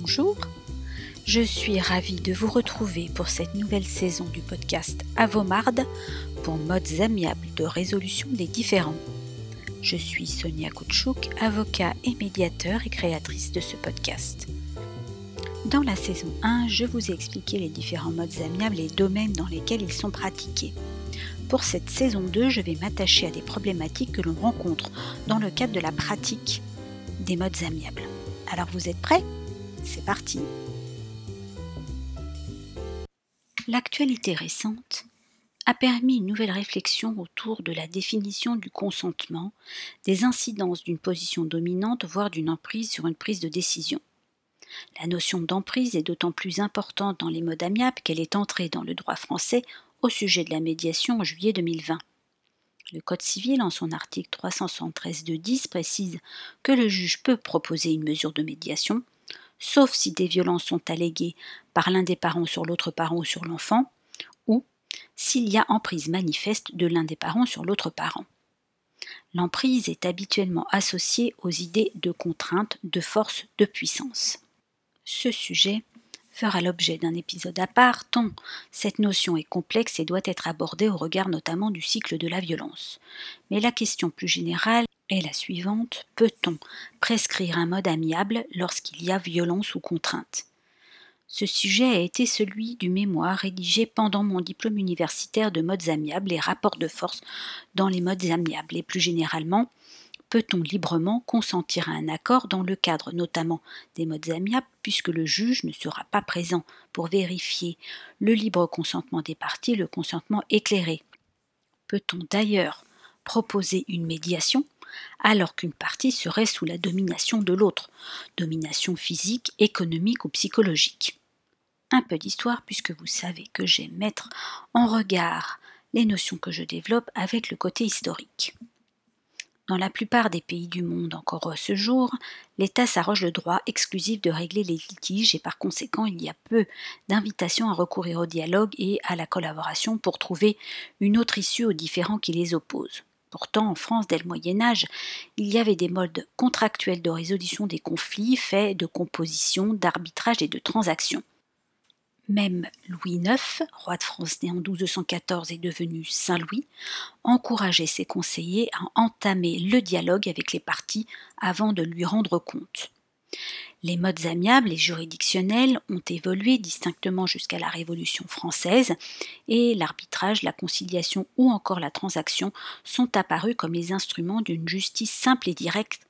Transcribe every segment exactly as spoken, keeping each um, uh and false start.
Bonjour, je suis ravie de vous retrouver pour cette nouvelle saison du podcast Avomarde pour modes amiables de résolution des différends. Je suis Sonia Koutchouk, avocat et médiateur et créatrice de ce podcast. Dans la saison un, je vous ai expliqué les différents modes amiables et domaines dans lesquels ils sont pratiqués. Pour cette saison deux, je vais m'attacher à des problématiques que l'on rencontre dans le cadre de la pratique des modes amiables. Alors vous êtes prêts ? C'est parti ! L'actualité récente a permis une nouvelle réflexion autour de la définition du consentement, des incidences d'une position dominante, voire d'une emprise sur une prise de décision. La notion d'emprise est d'autant plus importante dans les modes amiables qu'elle est entrée dans le droit français au sujet de la médiation en juillet deux mille vingt. Le Code civil, en son article trois cent soixante-treize deux dix, précise que le juge peut proposer une mesure de médiation, sauf si des violences sont alléguées par l'un des parents sur l'autre parent ou sur l'enfant, ou s'il y a emprise manifeste de l'un des parents sur l'autre parent. L'emprise est habituellement associée aux idées de contrainte, de force, de puissance. Ce sujet fera l'objet d'un épisode à part, tant cette notion est complexe et doit être abordée au regard notamment du cycle de la violence. Mais la question plus générale est la suivante: peut-on prescrire un mode amiable lorsqu'il y a violence ou contrainte ? Ce sujet a été celui du mémoire rédigé pendant mon diplôme universitaire de modes amiables et rapports de force dans les modes amiables, et plus généralement, peut-on librement consentir à un accord dans le cadre notamment des modes amiables, puisque le juge ne sera pas présent pour vérifier le libre consentement des parties, le consentement éclairé. Peut-on d'ailleurs proposer une médiation alors qu'une partie serait sous la domination de l'autre, domination physique, économique ou psychologique ? Un peu d'histoire, puisque vous savez que j'aime mettre en regard les notions que je développe avec le côté historique. Dans la plupart des pays du monde encore à ce jour, l'État s'arroge le droit exclusif de régler les litiges et par conséquent il y a peu d'invitations à recourir au dialogue et à la collaboration pour trouver une autre issue aux différends qui les opposent. Pourtant, en France, dès le Moyen-Âge, il y avait des modes contractuels de résolution des conflits faits de composition, d'arbitrage et de transactions. Même Louis neuf, roi de France né en douze cent quatorze et devenu Saint-Louis, encourageait ses conseillers à entamer le dialogue avec les parties avant de lui rendre compte. Les modes amiables et juridictionnels ont évolué distinctement jusqu'à la Révolution française et l'arbitrage, la conciliation ou encore la transaction sont apparus comme les instruments d'une justice simple et directe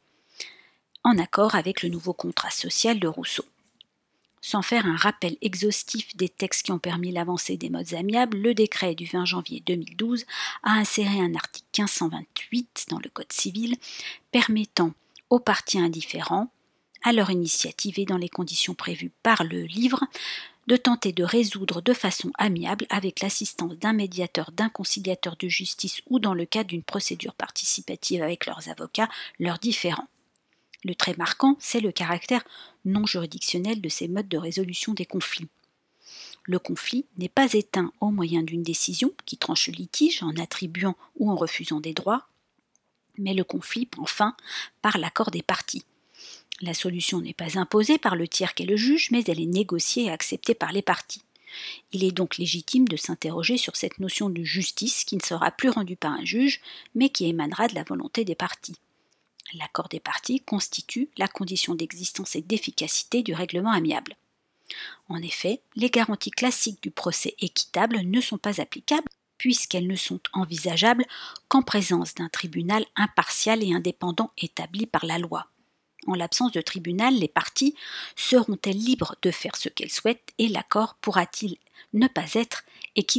en accord avec le nouveau contrat social de Rousseau. Sans faire un rappel exhaustif des textes qui ont permis l'avancée des modes amiables, le décret du vingt janvier deux mille douze a inséré un article quinze cent vingt-huit dans le Code civil permettant aux parties indifférents, à leur initiative et dans les conditions prévues par le livre, de tenter de résoudre de façon amiable avec l'assistance d'un médiateur, d'un conciliateur de justice ou dans le cadre d'une procédure participative avec leurs avocats, leurs différends. Le trait marquant, c'est le caractère non juridictionnel de ces modes de résolution des conflits. Le conflit n'est pas éteint au moyen d'une décision qui tranche le litige en attribuant ou en refusant des droits, mais le conflit prend fin par l'accord des parties. La solution n'est pas imposée par le tiers qu'est le juge, mais elle est négociée et acceptée par les parties. Il est donc légitime de s'interroger sur cette notion de justice qui ne sera plus rendue par un juge, mais qui émanera de la volonté des parties. L'accord des parties constitue la condition d'existence et d'efficacité du règlement amiable. En effet, les garanties classiques du procès équitable ne sont pas applicables puisqu'elles ne sont envisageables qu'en présence d'un tribunal impartial et indépendant établi par la loi. En l'absence de tribunal, les parties seront-elles libres de faire ce qu'elles souhaitent et l'accord pourra-t-il ne pas être équilibré ?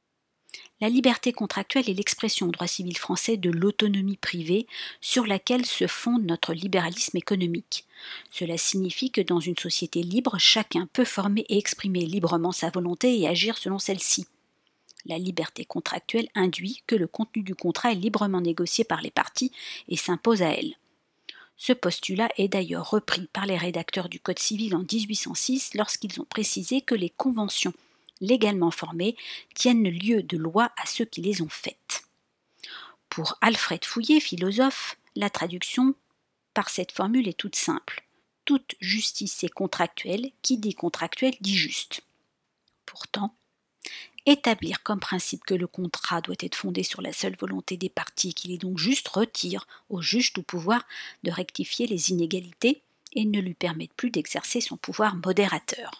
La liberté contractuelle est l'expression au droit civil français de l'autonomie privée sur laquelle se fonde notre libéralisme économique. Cela signifie que dans une société libre, chacun peut former et exprimer librement sa volonté et agir selon celle-ci. La liberté contractuelle induit que le contenu du contrat est librement négocié par les parties et s'impose à elles. Ce postulat est d'ailleurs repris par les rédacteurs du Code civil en dix-huit cent six lorsqu'ils ont précisé que les conventions légalement formées tiennent lieu de loi à ceux qui les ont faites. Pour Alfred Fouillé, philosophe, la traduction par cette formule est toute simple. toute justice est contractuelle, qui dit contractuel dit juste. Pourtant, établir comme principe que le contrat doit être fondé sur la seule volonté des parties et qu'il est donc juste retire au juge tout pouvoir de rectifier les inégalités et ne lui permet plus d'exercer son pouvoir modérateur.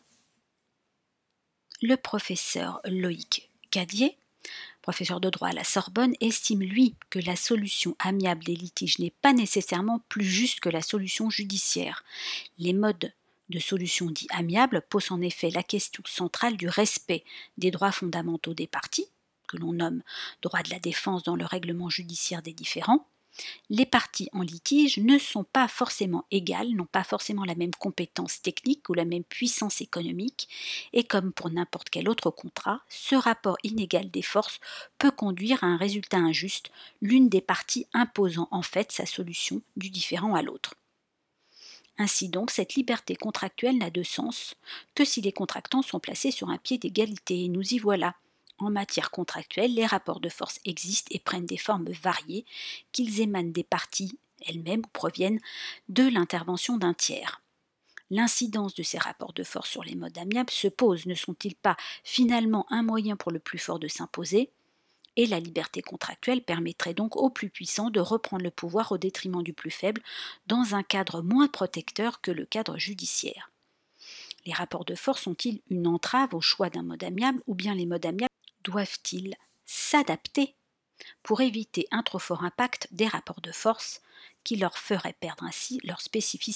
Le professeur Loïc Cadier, professeur de droit à la Sorbonne, estime lui que la solution amiable des litiges n'est pas nécessairement plus juste que la solution judiciaire. Les modes de solution dits amiables posent en effet la question centrale du respect des droits fondamentaux des parties, que l'on nomme droit de la défense dans le règlement judiciaire des différends. Les parties en litige ne sont pas forcément égales, n'ont pas forcément la même compétence technique ou la même puissance économique, et comme pour n'importe quel autre contrat, ce rapport inégal des forces peut conduire à un résultat injuste, l'une des parties imposant en fait sa solution du différend à l'autre. Ainsi donc, cette liberté contractuelle n'a de sens que si les contractants sont placés sur un pied d'égalité, et nous y voilà. En matière contractuelle, les rapports de force existent et prennent des formes variées, qu'ils émanent des parties elles-mêmes ou proviennent de l'intervention d'un tiers. L'incidence de ces rapports de force sur les modes amiables se pose, ne sont-ils pas finalement un moyen pour le plus fort de s'imposer ? Et la liberté contractuelle permettrait donc au plus puissant de reprendre le pouvoir au détriment du plus faible, dans un cadre moins protecteur que le cadre judiciaire. Les rapports de force sont-ils une entrave au choix d'un mode amiable, ou bien les modes amiables doivent-ils s'adapter pour éviter un trop fort impact des rapports de force qui leur ferait perdre ainsi leur spécificité ?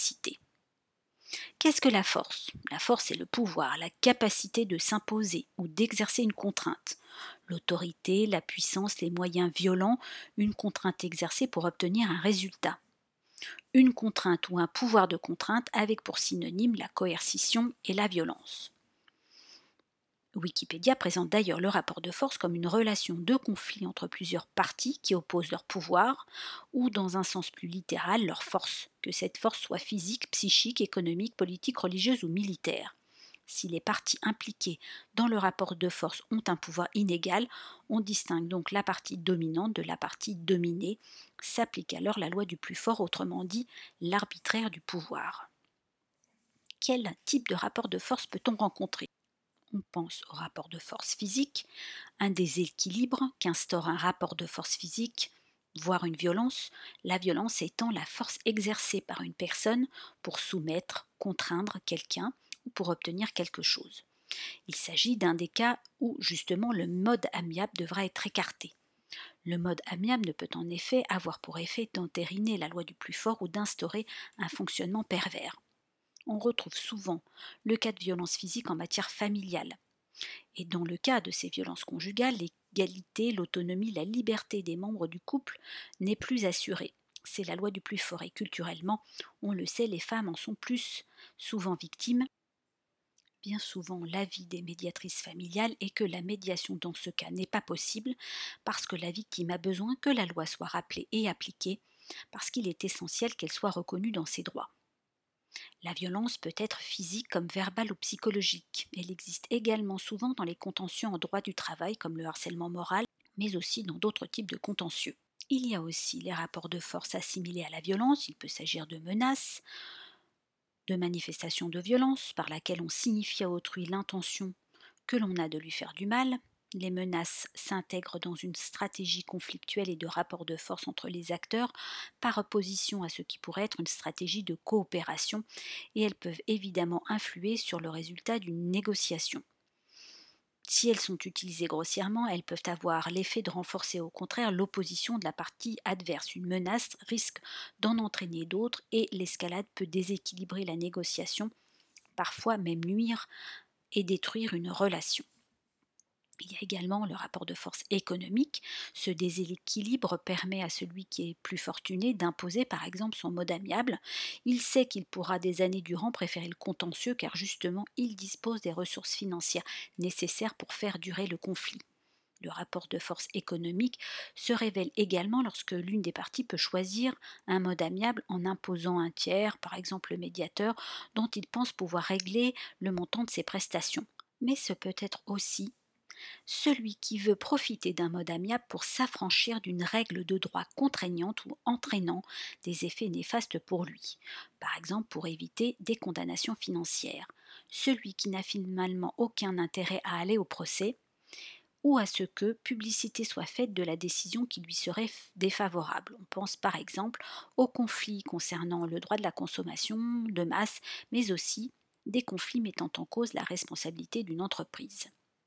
Qu'est-ce que la force ? La force est le pouvoir, la capacité de s'imposer ou d'exercer une contrainte. L'autorité, la puissance, les moyens violents, une contrainte exercée pour obtenir un résultat. Une contrainte ou un pouvoir de contrainte avec pour synonyme la coercition et la violence. Wikipédia présente d'ailleurs le rapport de force comme une relation de conflit entre plusieurs parties qui opposent leur pouvoir, ou dans un sens plus littéral, leur force, que cette force soit physique, psychique, économique, politique, religieuse ou militaire. Si les parties impliquées dans le rapport de force ont un pouvoir inégal, on distingue donc la partie dominante de la partie dominée. S'applique alors la loi du plus fort, autrement dit l'arbitraire du pouvoir. Quel type de rapport de force peut-on rencontrer ? On pense au rapport de force physique, un déséquilibre qu'instaure un rapport de force physique, voire une violence, la violence étant la force exercée par une personne pour soumettre, contraindre quelqu'un ou pour obtenir quelque chose. Il s'agit d'un des cas où justement le mode amiable devra être écarté. Le mode amiable ne peut en effet avoir pour effet d'entériner la loi du plus fort ou d'instaurer un fonctionnement pervers. On retrouve souvent le cas de violence physique en matière familiale. Et dans le cas de ces violences conjugales, l'égalité, l'autonomie, la liberté des membres du couple n'est plus assurée. C'est la loi du plus fort et culturellement, on le sait, les femmes en sont plus souvent victimes. Bien souvent, l'avis des médiatrices familiales est que la médiation dans ce cas n'est pas possible parce que la victime a besoin que la loi soit rappelée et appliquée, parce qu'il est essentiel qu'elle soit reconnue dans ses droits. La violence peut être physique comme verbale ou psychologique. Elle existe également souvent dans les contentieux en droit du travail comme le harcèlement moral, mais aussi dans d'autres types de contentieux. Il y a aussi les rapports de force assimilés à la violence. Il peut s'agir de menaces, de manifestations de violence par laquelle on signifie à autrui l'intention que l'on a de lui faire du mal. Les menaces s'intègrent dans une stratégie conflictuelle et de rapport de force entre les acteurs par opposition à ce qui pourrait être une stratégie de coopération, et elles peuvent évidemment influer sur le résultat d'une négociation. Si elles sont utilisées grossièrement, elles peuvent avoir l'effet de renforcer au contraire l'opposition de la partie adverse. Une menace risque d'en entraîner d'autres et l'escalade peut déséquilibrer la négociation, parfois même nuire et détruire une relation. Il y a également le rapport de force économique. Ce déséquilibre permet à celui qui est plus fortuné d'imposer par exemple son mode amiable. Il sait qu'il pourra des années durant préférer le contentieux car justement il dispose des ressources financières nécessaires pour faire durer le conflit. Le rapport de force économique se révèle également lorsque l'une des parties peut choisir un mode amiable en imposant un tiers, par exemple le médiateur, dont il pense pouvoir régler le montant de ses prestations. Mais ce peut être aussi Celui qui veut profiter d'un mode amiable pour s'affranchir d'une règle de droit contraignante ou entraînant des effets néfastes pour lui, par exemple pour éviter des condamnations financières. Celui qui n'a finalement aucun intérêt à aller au procès, ou à ce que publicité soit faite de la décision qui lui serait f- défavorable. On pense par exemple aux conflits concernant le droit de la consommation de masse, mais aussi des conflits mettant en cause la responsabilité d'une entreprise.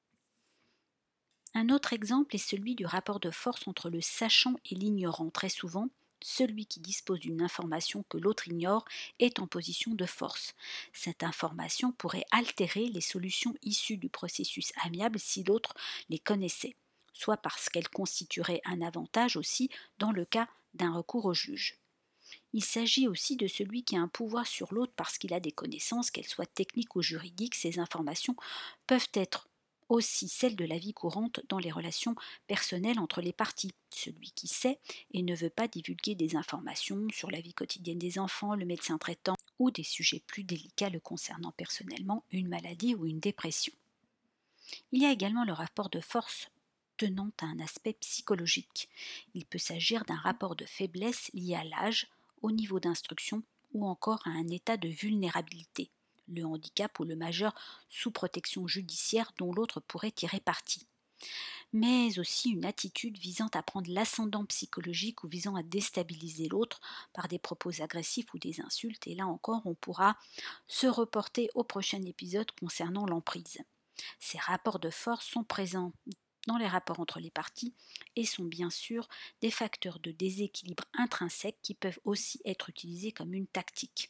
Un autre exemple est celui du rapport de force entre le sachant et l'ignorant. Très souvent, celui qui dispose d'une information que l'autre ignore est en position de force. Cette information pourrait altérer les solutions issues du processus amiable si l'autre les connaissait, soit parce qu'elle constituerait un avantage aussi dans le cas d'un recours au juge. Il s'agit aussi de celui qui a un pouvoir sur l'autre parce qu'il a des connaissances, qu'elles soient techniques ou juridiques. Ces informations peuvent être aussi celles de la vie courante dans les relations personnelles entre les parties. Celui qui sait et ne veut pas divulguer des informations sur la vie quotidienne des enfants, le médecin traitant ou des sujets plus délicats le concernant personnellement, une maladie ou une dépression. Il y a également le rapport de force tenant à un aspect psychologique. Il peut s'agir d'un rapport de faiblesse lié à l'âge, au niveau d'instruction ou encore à un état de vulnérabilité, le handicap ou le majeur sous protection judiciaire dont l'autre pourrait tirer parti, mais aussi une attitude visant à prendre l'ascendant psychologique ou visant à déstabiliser l'autre par des propos agressifs ou des insultes, et là encore on pourra se reporter au prochain épisode concernant l'emprise. Ces rapports de force sont présents dans les rapports entre les parties et sont bien sûr des facteurs de déséquilibre intrinsèque qui peuvent aussi être utilisés comme une tactique.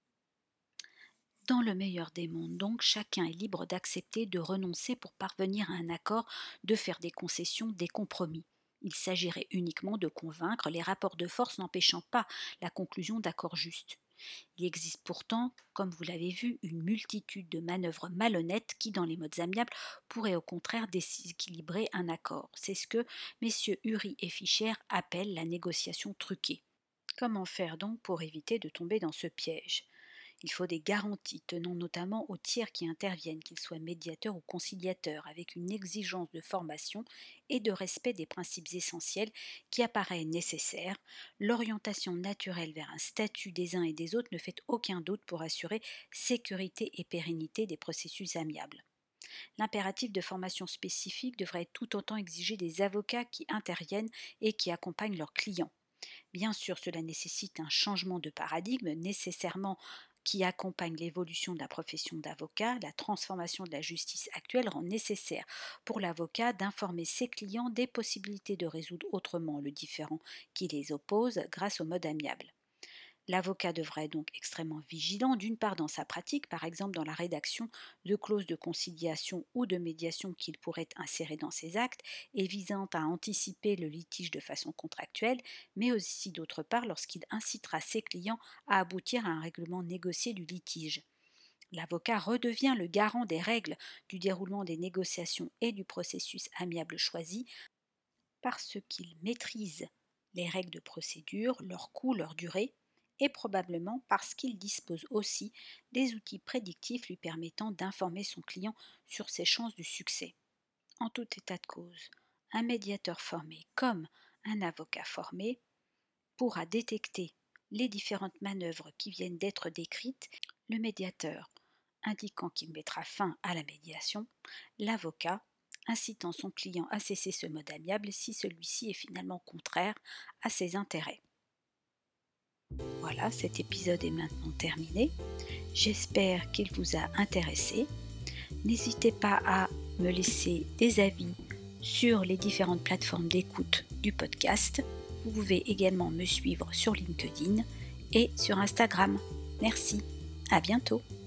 Dans le meilleur des mondes, donc, chacun est libre d'accepter de renoncer pour parvenir à un accord, de faire des concessions, des compromis. Il s'agirait uniquement de convaincre, les rapports de force n'empêchant pas la conclusion d'accords justes. Il existe pourtant, comme vous l'avez vu, une multitude de manœuvres malhonnêtes qui, dans les modes amiables, pourraient au contraire déséquilibrer un accord. C'est ce que messieurs Uri et Fischer appellent la négociation truquée. Comment faire donc pour éviter de tomber dans ce piège ? Il faut des garanties tenant notamment aux tiers qui interviennent, qu'ils soient médiateurs ou conciliateurs, avec une exigence de formation et de respect des principes essentiels qui apparaît nécessaire. L'orientation naturelle vers un statut des uns et des autres ne fait aucun doute pour assurer sécurité et pérennité des processus amiables. L'impératif de formation spécifique devrait tout autant exiger des avocats qui interviennent et qui accompagnent leurs clients. Bien sûr, cela nécessite un changement de paradigme nécessairement qui accompagne l'évolution de la profession d'avocat. La transformation de la justice actuelle rend nécessaire pour l'avocat d'informer ses clients des possibilités de résoudre autrement le différend qui les oppose grâce au mode amiable. L'avocat devra être donc extrêmement vigilant, d'une part dans sa pratique, par exemple dans la rédaction de clauses de conciliation ou de médiation qu'il pourrait insérer dans ses actes et visant à anticiper le litige de façon contractuelle, mais aussi d'autre part lorsqu'il incitera ses clients à aboutir à un règlement négocié du litige. L'avocat redevient le garant des règles du déroulement des négociations et du processus amiable choisi parce qu'il maîtrise les règles de procédure, leur coût, leur durée, et probablement parce qu'il dispose aussi des outils prédictifs lui permettant d'informer son client sur ses chances de succès. En tout état de cause, un médiateur formé comme un avocat formé pourra détecter les différentes manœuvres qui viennent d'être décrites, le médiateur indiquant qu'il mettra fin à la médiation, l'avocat incitant son client à cesser ce mode amiable si celui-ci est finalement contraire à ses intérêts. Voilà, cet épisode est maintenant terminé. J'espère qu'il vous a intéressé. N'hésitez pas à me laisser des avis sur les différentes plateformes d'écoute du podcast. Vous pouvez également me suivre sur LinkedIn et sur Instagram. Merci, à bientôt.